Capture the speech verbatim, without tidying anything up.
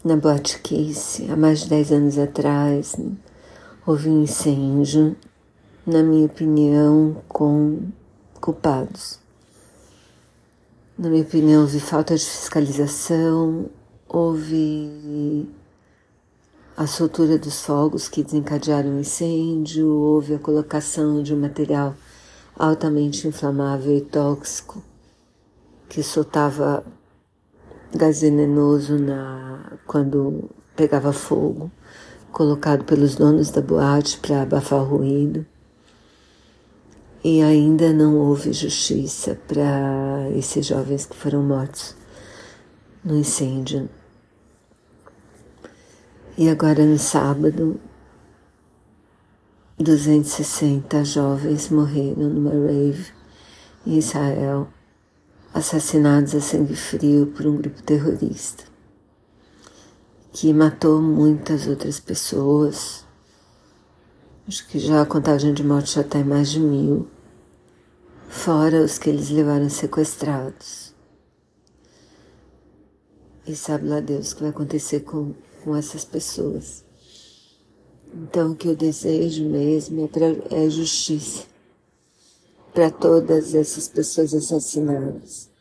Na Boate Kiss, há mais de dez anos atrás, houve um incêndio, na minha opinião, com culpados. Na minha opinião, houve falta de fiscalização, houve a soltura dos fogos que desencadearam o incêndio, houve a colocação de um material altamente inflamável e tóxico que soltava gás venenoso na, quando pegava fogo, colocado pelos donos da boate para abafar o ruído. E ainda não houve justiça para esses jovens que foram mortos no incêndio. E agora no sábado, duzentos e sessenta jovens morreram numa rave em Israel, assassinados a sangue frio por um grupo terrorista, que matou muitas outras pessoas. Acho que já a contagem de mortes já está em mais de mil, fora os que eles levaram sequestrados. E sabe lá Deus o que vai acontecer com, com essas pessoas. Então o que eu desejo mesmo é, pra, é justiça para todas essas pessoas assassinadas.